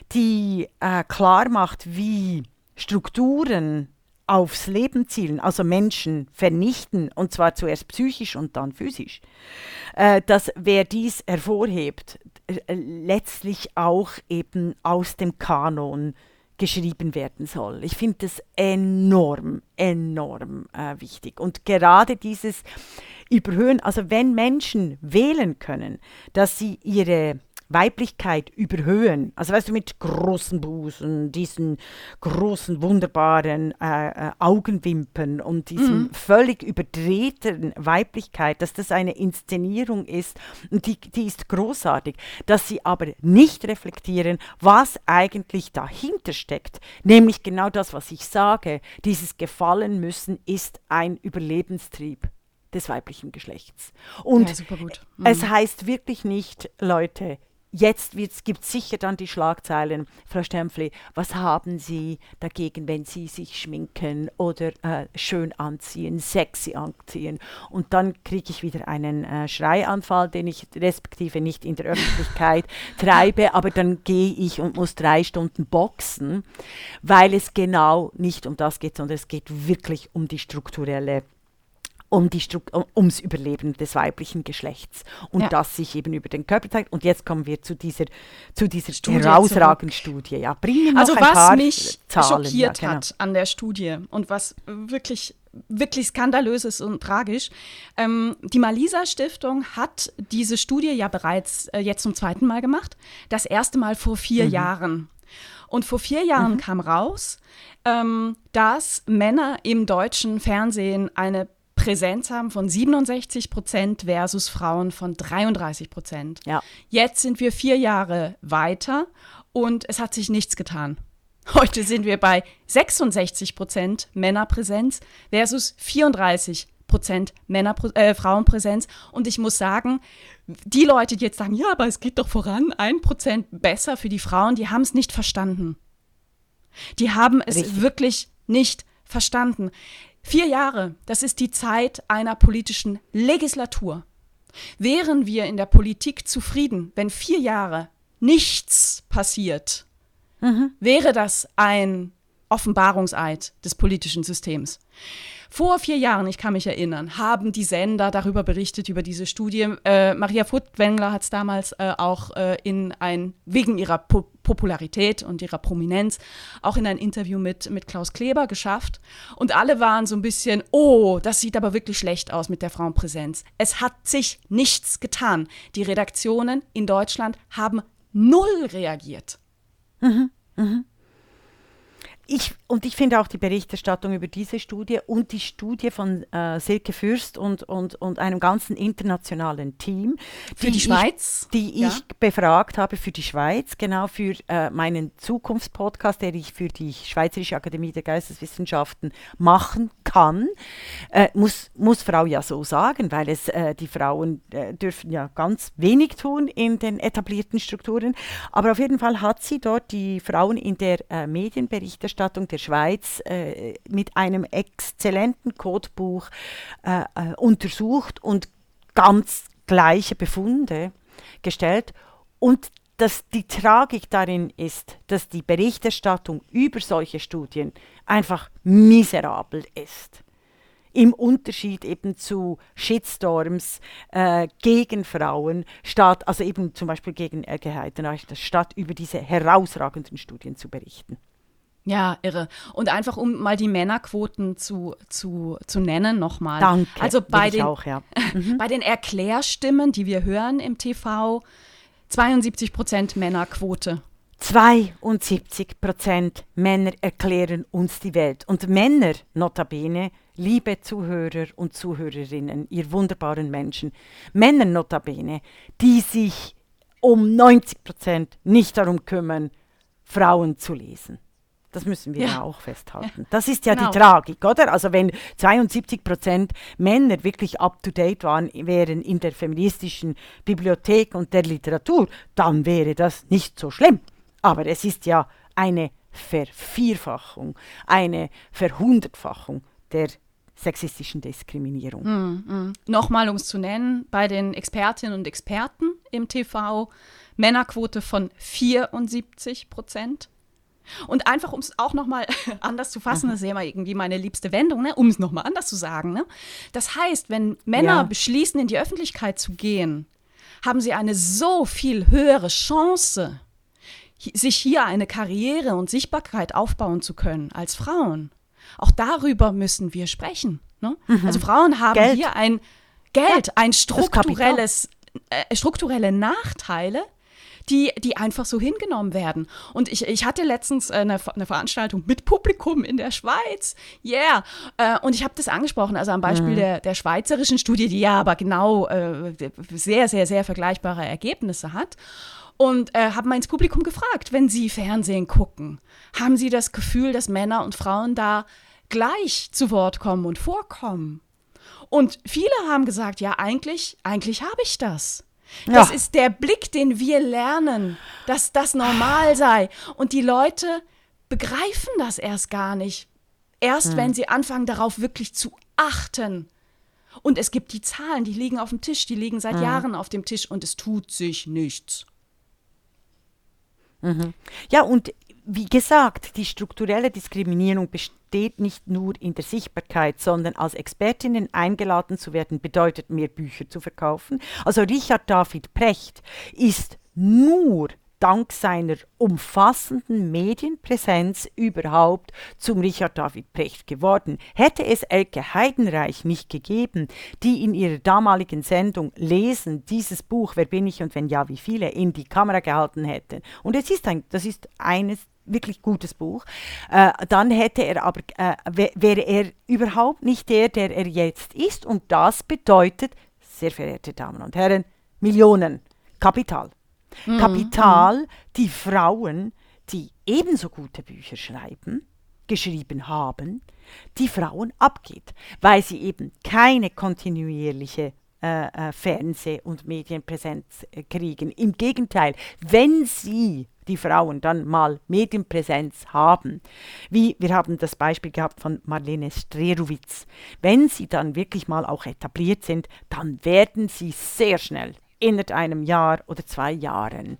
die äh, klar macht, wie Strukturen aufs Leben zielen, also Menschen vernichten, und zwar zuerst psychisch und dann physisch, äh, dass wer dies hervorhebt, äh, letztlich auch eben aus dem Kanon geschrieben werden soll. Ich finde das enorm, enorm äh, wichtig. Und gerade dieses Überhöhen, also wenn Menschen wählen können, dass sie ihre Weiblichkeit überhöhen, also weißt du, mit großen Busen, diesen großen, wunderbaren äh, äh, Augenwimpern und diesem mhm. völlig überdrehten Weiblichkeit, dass das eine Inszenierung ist und die, die ist großartig, dass sie aber nicht reflektieren, was eigentlich dahinter steckt, nämlich genau das, was ich sage, dieses Gefallen müssen ist ein Überlebenstrieb des weiblichen Geschlechts. Und ja, super gut. Mhm. es heißt wirklich nicht, Leute, jetzt gibt es sicher dann die Schlagzeilen, Frau Stempfli, was haben Sie dagegen, wenn Sie sich schminken oder äh, schön anziehen, sexy anziehen? Und dann kriege ich wieder einen äh, Schreianfall, den ich respektive nicht in der Öffentlichkeit treibe, aber dann gehe ich und muss drei Stunden boxen, weil es genau nicht um das geht, sondern es geht wirklich um die strukturelle Um die Stru- um, ums Überleben des weiblichen Geschlechts und ja. das sich eben über den Körper zeigt. Und jetzt kommen wir zu dieser, zu dieser herausragenden Studie. Ja, bringen noch also ein was paar mich Zahlen, schockiert ja, genau. hat an der Studie und was wirklich, wirklich skandalös ist und tragisch, ähm, die Malisa-Stiftung hat diese Studie ja bereits äh, jetzt zum zweiten Mal gemacht. Das erste Mal vor vier mhm. Jahren. Und vor vier Jahren mhm. kam raus, ähm, dass Männer im deutschen Fernsehen eine Präsenz haben von siebenundsechzig Prozent versus Frauen von dreiunddreißig Prozent. Ja. Jetzt sind wir vier Jahre weiter und es hat sich nichts getan. Heute sind wir bei sechsundsechzig Prozent Männerpräsenz versus vierunddreißig Prozent Männer, äh, Frauenpräsenz. Und ich muss sagen, die Leute, die jetzt sagen, ja, aber es geht doch voran, ein Prozent besser für die Frauen, die haben es nicht verstanden. Die haben es Richtig. wirklich nicht verstanden. Vier Jahre, das ist die Zeit einer politischen Legislatur. Wären wir in der Politik zufrieden, wenn vier Jahre nichts passiert, mhm. wäre das ein Offenbarungseid des politischen Systems. Vor vier Jahren, ich kann mich erinnern, haben die Sender darüber berichtet, über diese Studie. Äh, Maria Furtwängler hat es damals äh, auch äh, in ein, wegen ihrer po- Popularität und ihrer Prominenz, auch in ein Interview mit, mit Klaus Kleber geschafft. Und alle waren so ein bisschen, oh, das sieht aber wirklich schlecht aus mit der Frauenpräsenz. Es hat sich nichts getan. Die Redaktionen in Deutschland haben null reagiert. Mhm, mhm. Ich, und ich finde auch die Berichterstattung über diese Studie und die Studie von äh, Silke Fürst und, und, und einem ganzen internationalen Team. Für die, die Schweiz? Ich, die ja. ich befragt habe für die Schweiz, genau für äh, meinen Zukunftspodcast, den ich für die Schweizerische Akademie der Geisteswissenschaften machen kann. Äh, muss, muss Frau ja so sagen, weil es äh, die Frauen äh, dürfen ja ganz wenig tun in den etablierten Strukturen. Aber auf jeden Fall hat sie dort die Frauen in der äh, Medienberichterstattung der Schweiz äh, mit einem exzellenten Codebuch äh, äh, untersucht und ganz gleiche Befunde gestellt. Und dass die Tragik darin ist, dass die Berichterstattung über solche Studien einfach miserabel ist. Im Unterschied eben zu Shitstorms äh, gegen Frauen, statt, also eben zum Beispiel gegen Elke Heidenreich, statt über diese herausragenden Studien zu berichten. Ja, irre. Und einfach, um mal die Männerquoten zu, zu, zu nennen nochmal. Danke, also bei den, auch, ja. mhm. bei den Erklärstimmen, die wir hören im T V, zweiundsiebzig Prozent Männerquote. zweiundsiebzig Prozent Männer erklären uns die Welt. Und Männer, notabene, liebe Zuhörer und Zuhörerinnen, ihr wunderbaren Menschen, Männer, notabene, die sich um neunzig Prozent nicht darum kümmern, Frauen zu lesen. Das müssen wir ja, ja auch festhalten. Das ist ja genau. die Tragik, oder? Also wenn zweiundsiebzig Prozent Männer wirklich up-to-date waren, wären in der feministischen Bibliothek und der Literatur, dann wäre das nicht so schlimm. Aber es ist ja eine Vervierfachung, eine Verhundertfachung der sexistischen Diskriminierung. Mm, mm. Nochmal, um es zu nennen, bei den Expertinnen und Experten im T V, Männerquote von vierundsiebzig Prozent. Und einfach, um es auch nochmal anders zu fassen, das ist ja immer irgendwie meine liebste Wendung, ne? Um es nochmal anders zu sagen. Ne? Das heißt, wenn Männer ja. beschließen, in die Öffentlichkeit zu gehen, haben sie eine so viel höhere Chance, sich hier eine Karriere und Sichtbarkeit aufbauen zu können als Frauen. Auch darüber müssen wir sprechen. Ne? Mhm. Also Frauen haben Geld. hier ein Geld, ja, ein strukturelles, äh, strukturelle Nachteile, Die, die einfach so hingenommen werden. Und ich, ich hatte letztens eine, eine Veranstaltung mit Publikum in der Schweiz. Yeah. Äh, und ich habe das angesprochen, also am Beispiel mhm. der, der schweizerischen Studie, die ja aber genau äh, sehr, sehr, sehr vergleichbare Ergebnisse hat. Und äh, habe mal ins Publikum gefragt, wenn Sie Fernsehen gucken, haben Sie das Gefühl, dass Männer und Frauen da gleich zu Wort kommen und vorkommen? Und viele haben gesagt, ja, eigentlich, eigentlich habe ich das. Das ja. ist der Blick, den wir lernen, dass das normal sei. Und die Leute begreifen das erst gar nicht. Erst hm. wenn sie anfangen, darauf wirklich zu achten. Und es gibt die Zahlen, die liegen auf dem Tisch, die liegen seit hm. Jahren auf dem Tisch und es tut sich nichts. Mhm. Ja, und wie gesagt, die strukturelle Diskriminierung besteht nicht nur in der Sichtbarkeit, sondern als Expertinnen eingeladen zu werden, bedeutet mehr Bücher zu verkaufen. Also Richard David Precht ist nur dank seiner umfassenden Medienpräsenz überhaupt zum Richard David Precht geworden. Hätte es Elke Heidenreich nicht gegeben, die in ihrer damaligen Sendung Lesen dieses Buch, Wer bin ich und wenn ja, wie viele, in die Kamera gehalten hätten. Und es ist ein, das ist eines wirklich gutes Buch, äh, dann hätte er aber, äh, w- wäre er überhaupt nicht der, der er jetzt ist. Und das bedeutet, sehr verehrte Damen und Herren, Millionen Kapital. Mhm. Kapital, die Frauen, die ebenso gute Bücher schreiben, geschrieben haben, die Frauen abgeht, weil sie eben keine kontinuierliche äh, äh, Fernseh- und Medienpräsenz äh, kriegen. Im Gegenteil, wenn sie, die Frauen, dann mal Medienpräsenz haben, wie wir haben das Beispiel gehabt von Marlene Strerowitz, wenn sie dann wirklich mal auch etabliert sind, dann werden sie sehr schnell innerhalb einem Jahr oder zwei Jahren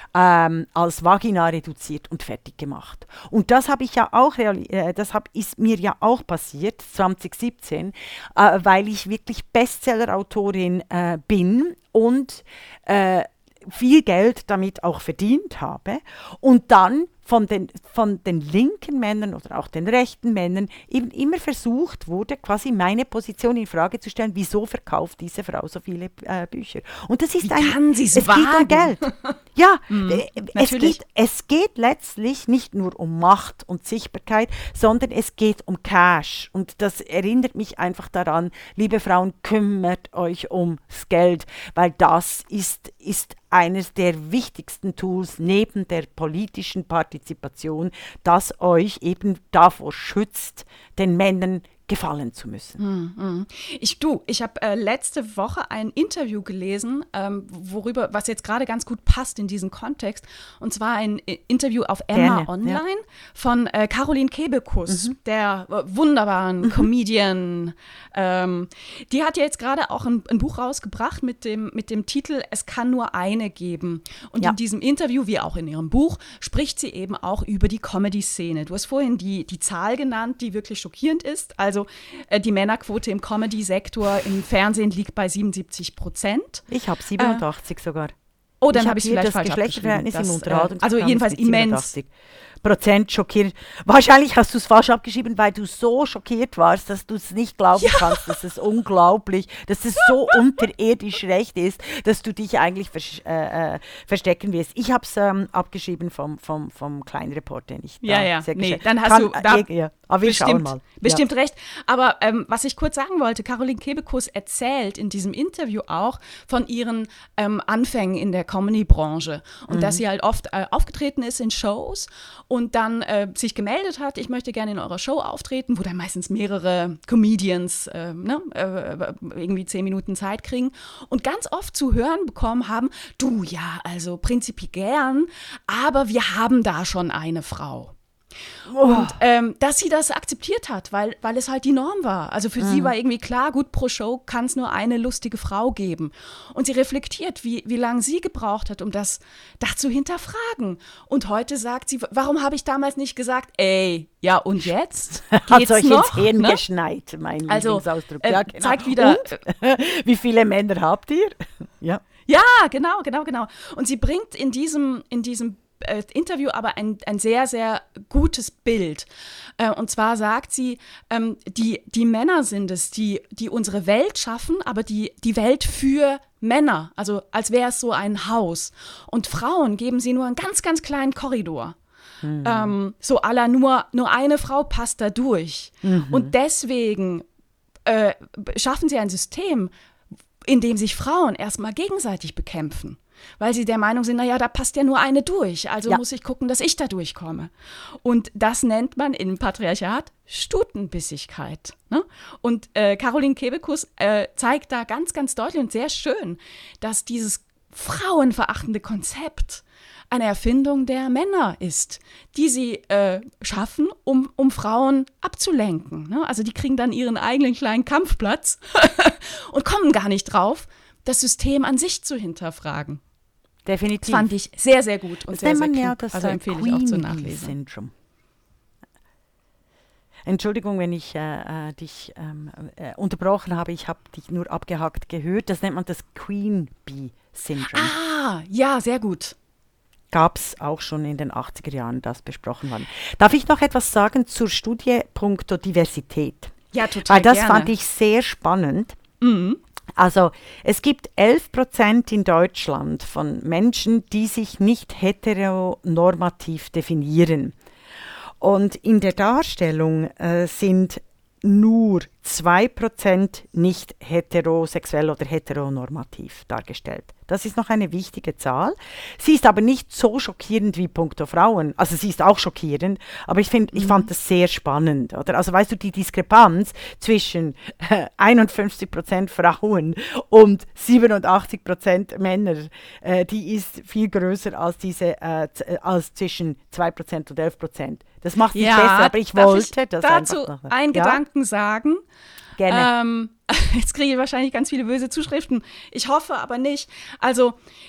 ähm, als Vagina reduziert und fertig gemacht. Und das habe ich ja auch, äh, das hab, ist mir ja auch passiert, zwanzig siebzehn, äh, weil ich wirklich Bestseller-Autorin äh, bin und äh, viel Geld damit auch verdient habe und dann von den, von den linken Männern oder auch den rechten Männern eben immer versucht wurde, quasi meine Position in Frage zu stellen, wieso verkauft diese Frau so viele äh, Bücher. Und das ist Wie ein, kann sie's es wagen? geht um Geld. Ja, mm, äh, es, geht, es geht letztlich nicht nur um Macht und Sichtbarkeit, sondern es geht um Cash. Und das erinnert mich einfach daran, liebe Frauen, kümmert euch ums Geld, weil das ist, ist eines der wichtigsten Tools neben der politischen Partizipation, das euch eben davor schützt, den Männern gefallen zu müssen. Mm, mm. Ich, du, ich habe äh, letzte Woche ein Interview gelesen, ähm, worüber, was jetzt gerade ganz gut passt in diesen Kontext, und zwar ein äh, Interview auf Emma Gerne, Online ja. von äh, Caroline Kebekus, mhm. der äh, wunderbaren mhm. Comedian. Ähm, die hat ja jetzt gerade auch ein, ein Buch rausgebracht mit dem, mit dem Titel Es kann nur eine geben. Und ja. in diesem Interview, wie auch in ihrem Buch, spricht sie eben auch über die Comedy-Szene. Du hast vorhin die, die Zahl genannt, die wirklich schockierend ist. Also äh, die Männerquote im Comedy-Sektor im Fernsehen liegt bei siebenundsiebzig Prozent. Ich habe siebenundachtzig äh, sogar. Oh, dann habe habe ich es hier vielleicht das falsch Geschlechterverhältnis im das, Unterhaltungs- äh, Also jedenfalls immens. siebenundachtzig Prozent schockiert. Wahrscheinlich hast du es falsch abgeschrieben, weil du so schockiert warst, dass du es nicht glauben ja. kannst. Das ist unglaublich, dass es so unterirdisch recht ist, dass du dich eigentlich vers- äh, äh, verstecken wirst. Ich habe es ähm, abgeschrieben vom, vom, vom kleinen Reporter, den ich ja, da ja. sehr Nee, dann hast kann, du da äh, ja. Aber wir bestimmt, schauen mal. bestimmt ja. recht. Aber ähm, was ich kurz sagen wollte, Caroline Kebekus erzählt in diesem Interview auch von ihren ähm, Anfängen in der Comedy-Branche und mhm. dass sie halt oft äh, aufgetreten ist in Shows und dann äh, sich gemeldet hat, ich möchte gerne in eurer Show auftreten, wo dann meistens mehrere Comedians äh, ne, äh, irgendwie zehn Minuten Zeit kriegen und ganz oft zu hören bekommen haben, du, ja, also prinzipiell gern, aber wir haben da schon eine Frau. Oh. Und ähm, dass sie das akzeptiert hat, weil, weil es halt die Norm war. Also für mhm. sie war irgendwie klar, gut, pro Show kann es nur eine lustige Frau geben. Und sie reflektiert, wie, wie lange sie gebraucht hat, um das, das zu hinterfragen. Und heute sagt sie, warum habe ich damals nicht gesagt, ey, ja und jetzt? Hat euch noch? ins Hirn ne? geschneit, mein also, Lieblingsausdruck. Äh, ja, genau. zeigt wieder, und? Wie viele Männer habt ihr? ja. ja, genau, genau, genau. Und sie bringt in diesem, in diesem Äh, Interview aber ein, ein sehr, sehr gutes Bild. Äh, und zwar sagt sie, ähm, die, die Männer sind es, die, die unsere Welt schaffen, aber die, die Welt für Männer, also als wäre es so ein Haus. Und Frauen geben sie nur einen ganz, ganz kleinen Korridor. Mhm. Ähm, so à la nur, nur eine Frau passt da durch. Mhm. Und deswegen äh, schaffen sie ein System, in dem sich Frauen erstmal gegenseitig bekämpfen. Weil sie der Meinung sind, naja, da passt ja nur eine durch, also ja. muss ich gucken, dass ich da durchkomme. Und das nennt man im Patriarchat Stutenbissigkeit. Ne? Und äh, Caroline Kebekus äh, zeigt da ganz, ganz deutlich und sehr schön, dass dieses frauenverachtende Konzept eine Erfindung der Männer ist, die sie äh, schaffen, um, um Frauen abzulenken. Ne? Also die kriegen dann ihren eigenen kleinen Kampfplatz und kommen gar nicht drauf, das System an sich zu hinterfragen. Definitiv. Das fand ich sehr, sehr gut und das sehr, sehr klug. Ja, das also empfehle ich auch zur Nachlesung. Syndrom. Entschuldigung, wenn ich äh, dich ähm, äh, unterbrochen habe, ich habe dich nur abgehackt gehört. Das nennt man das Queen Bee Syndrom. Ah, ja, sehr gut. Gab es auch schon in den achtziger Jahren, das besprochen worden. Darf ich noch etwas sagen zur Studie punkto Diversität? Ja, total Weil das gerne. fand ich sehr spannend. Mhm. Also es gibt elf Prozent in Deutschland von Menschen, die sich nicht heteronormativ definieren. Und in der Darstellung äh, sind nur zwei Prozent nicht heterosexuell oder heteronormativ dargestellt. Das ist noch eine wichtige Zahl. Sie ist aber nicht so schockierend wie punkto Frauen. Also sie ist auch schockierend, aber ich, find, ich mhm. fand das sehr spannend. Oder? Also weißt du, die Diskrepanz zwischen äh, einundfünfzig Prozent Frauen und siebenundachtzig Prozent Männer, äh, die ist viel größer als, diese, äh, z- als zwischen zwei Prozent und elf Prozent. Das macht es ja, nicht besser, aber ich wollte ich das dazu einfach noch. einen ja? Gedanken sagen. Gerne. Ähm, jetzt kriege ich wahrscheinlich ganz viele böse Zuschriften. Ich hoffe aber nicht. Also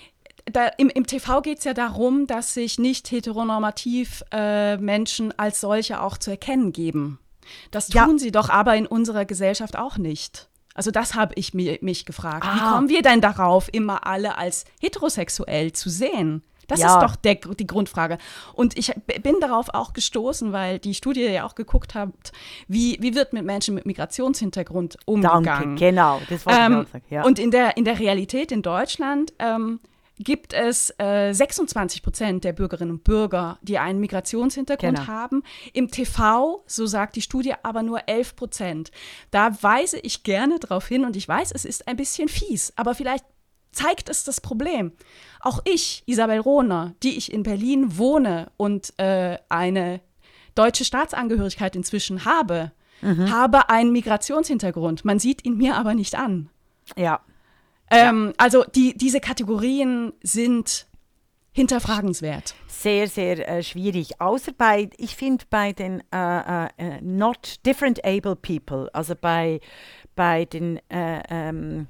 da, im, im T V geht es ja darum, dass sich nicht heteronormativ äh, Menschen als solche auch zu erkennen geben. Das tun ja. sie doch aber in unserer Gesellschaft auch nicht. Also das habe ich mir, mich gefragt. Ah. Wie kommen wir denn darauf, immer alle als heterosexuell zu sehen? Das ja. ist doch der, die Grundfrage. Und ich bin darauf auch gestoßen, weil die Studie ja auch geguckt hat, wie, wie wird mit Menschen mit Migrationshintergrund umgegangen. Danke, genau. Das wollte ähm, ich auch sagen. Ja. Und in der, in der Realität in Deutschland ähm, gibt es äh, sechsundzwanzig Prozent der Bürgerinnen und Bürger, die einen Migrationshintergrund genau. haben. Im T V, so sagt die Studie, aber nur elf Prozent. Da weise ich gerne darauf hin und ich weiß, es ist ein bisschen fies, aber vielleicht zeigt es das Problem. Auch ich, Isabel Rohner, die ich in Berlin wohne und äh, eine deutsche Staatsangehörigkeit inzwischen habe, mhm. habe einen Migrationshintergrund. Man sieht ihn mir aber nicht an. Ja. Ähm, ja. Also die, diese Kategorien sind hinterfragenswert. Sehr, sehr äh, schwierig. Außer bei, ich finde bei den äh, äh, not different able people, also bei, bei den äh, ähm,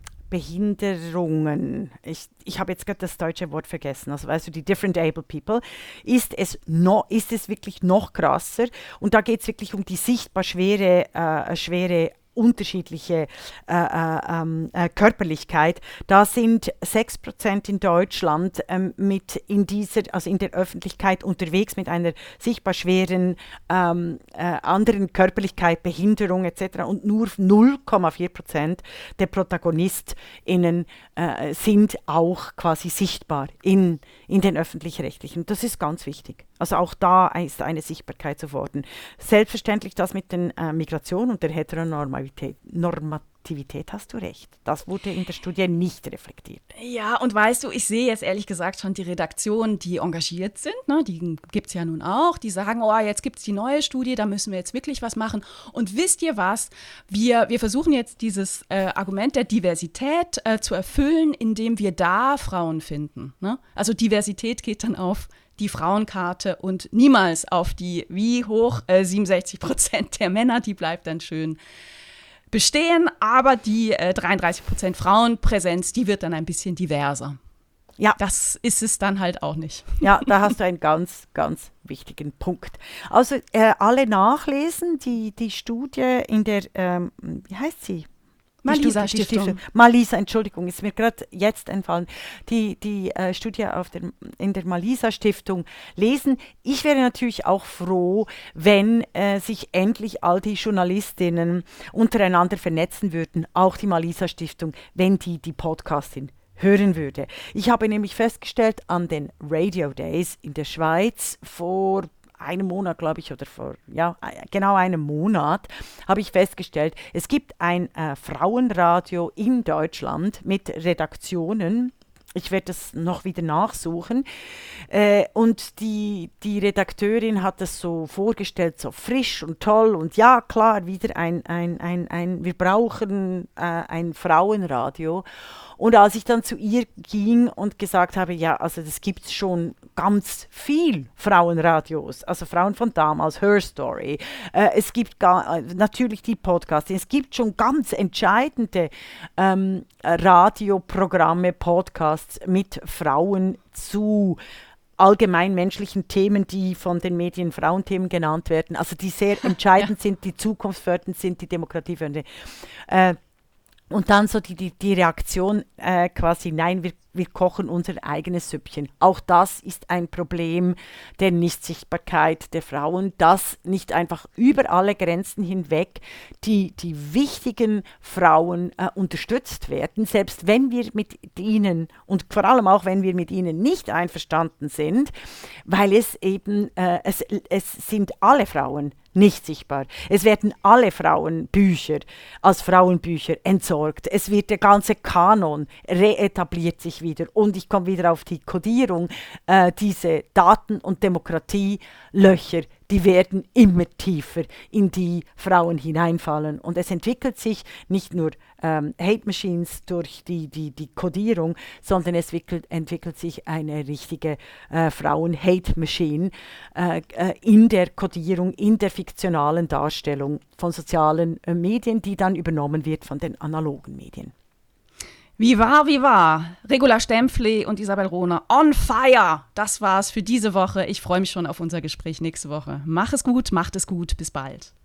Behinderungen, ich, ich habe jetzt gerade das deutsche Wort vergessen, also weißt du, die different able people, ist es, no, ist es wirklich noch krasser und da geht es wirklich um die sichtbar schwere, äh, schwere unterschiedliche äh, äh, äh, Körperlichkeit. Da sind sechs Prozent in Deutschland ähm, mit in dieser, also in der Öffentlichkeit unterwegs mit einer sichtbar schweren ähm, äh, anderen Körperlichkeit, Behinderung et cetera. Und nur null Komma vier Prozent der ProtagonistInnen äh, sind auch quasi sichtbar in, in den Öffentlich-Rechtlichen. Das ist ganz wichtig. Also auch da ist eine Sichtbarkeit zu fordern. Selbstverständlich das mit den äh, Migration und der Heteronormativität. Normativität, hast du recht. Das wurde in der Studie nicht reflektiert. Ja, und weißt du, ich sehe jetzt ehrlich gesagt schon die Redaktionen, die engagiert sind, ne, die gibt es ja nun auch, die sagen, oh, jetzt gibt es die neue Studie, da müssen wir jetzt wirklich was machen. Und wisst ihr was, wir, wir versuchen jetzt dieses äh, Argument der Diversität äh, zu erfüllen, indem wir da Frauen finden. Ne? Also Diversität geht dann auf die Frauenkarte und niemals auf die, wie hoch, äh, siebenundsechzig Prozent der Männer, die bleibt dann schön bestehen, aber die äh, dreiunddreißig Prozent Frauenpräsenz, die wird dann ein bisschen diverser. Ja. Das ist es dann halt auch nicht. Ja, da hast du einen ganz, ganz wichtigen Punkt. Also äh, alle nachlesen, die, die Studie in der, ähm, wie heißt sie? Malisa Stiftung. Stiftung. Malisa, Entschuldigung, ist mir gerade jetzt entfallen. Die, die äh, Studie auf der, in der Malisa Stiftung lesen. Ich wäre natürlich auch froh, wenn äh, sich endlich all die Journalistinnen untereinander vernetzen würden, auch die Malisa Stiftung, wenn die die Podcastin hören würde. Ich habe nämlich festgestellt, an den Radio Days in der Schweiz vor einem Monat, glaube ich, oder vor ja, genau einem Monat, habe ich festgestellt, es gibt ein äh, Frauenradio in Deutschland mit Redaktionen. Ich werde das noch wieder nachsuchen. Äh, und die, die Redakteurin hat das so vorgestellt, so frisch und toll. Und ja, klar, wieder ein, ein, ein, ein wir brauchen äh, ein Frauenradio. Und als ich dann zu ihr ging und gesagt habe, ja, also das gibt es schon ganz viel Frauenradios, also Frauen von damals, Her Story, äh, es gibt ga, natürlich die Podcasts, es gibt schon ganz entscheidende ähm, Radioprogramme, Podcasts mit Frauen zu allgemein menschlichen Themen, die von den Medien Frauenthemen genannt werden, also die sehr entscheidend ja. sind, die zukunftsfördernd sind, die demokratiefördernd. Äh, Und dann so die, die, die Reaktion äh, quasi, nein, wir, wir kochen unser eigenes Süppchen. Auch das ist ein Problem der Nichtsichtbarkeit der Frauen, dass nicht einfach über alle Grenzen hinweg die, die wichtigen Frauen äh, unterstützt werden, selbst wenn wir mit ihnen und vor allem auch, wenn wir mit ihnen nicht einverstanden sind, weil es eben, äh, es, es sind alle Frauen nicht sichtbar. Es werden alle Frauenbücher als Frauenbücher entsorgt. Es wird der ganze Kanon reetabliert sich wieder. Und ich komme wieder auf die Kodierung. Äh, diese Daten- und Demokratielöcher, die werden immer tiefer in die Frauen hineinfallen. Und es entwickelt sich nicht nur ähm, Hate Machines durch die, die, die Kodierung, sondern es entwickelt, entwickelt sich eine richtige äh, Frauen-Hate-Machine äh, äh, in der Kodierung, in der fiktionalen Darstellung von sozialen äh, Medien, die dann übernommen wird von den analogen Medien. Wie war, wie war. Regula Stempfli und Isabel Rohner on fire. Das war's für diese Woche. Ich freue mich schon auf unser Gespräch nächste Woche. Mach es gut, macht es gut. Bis bald.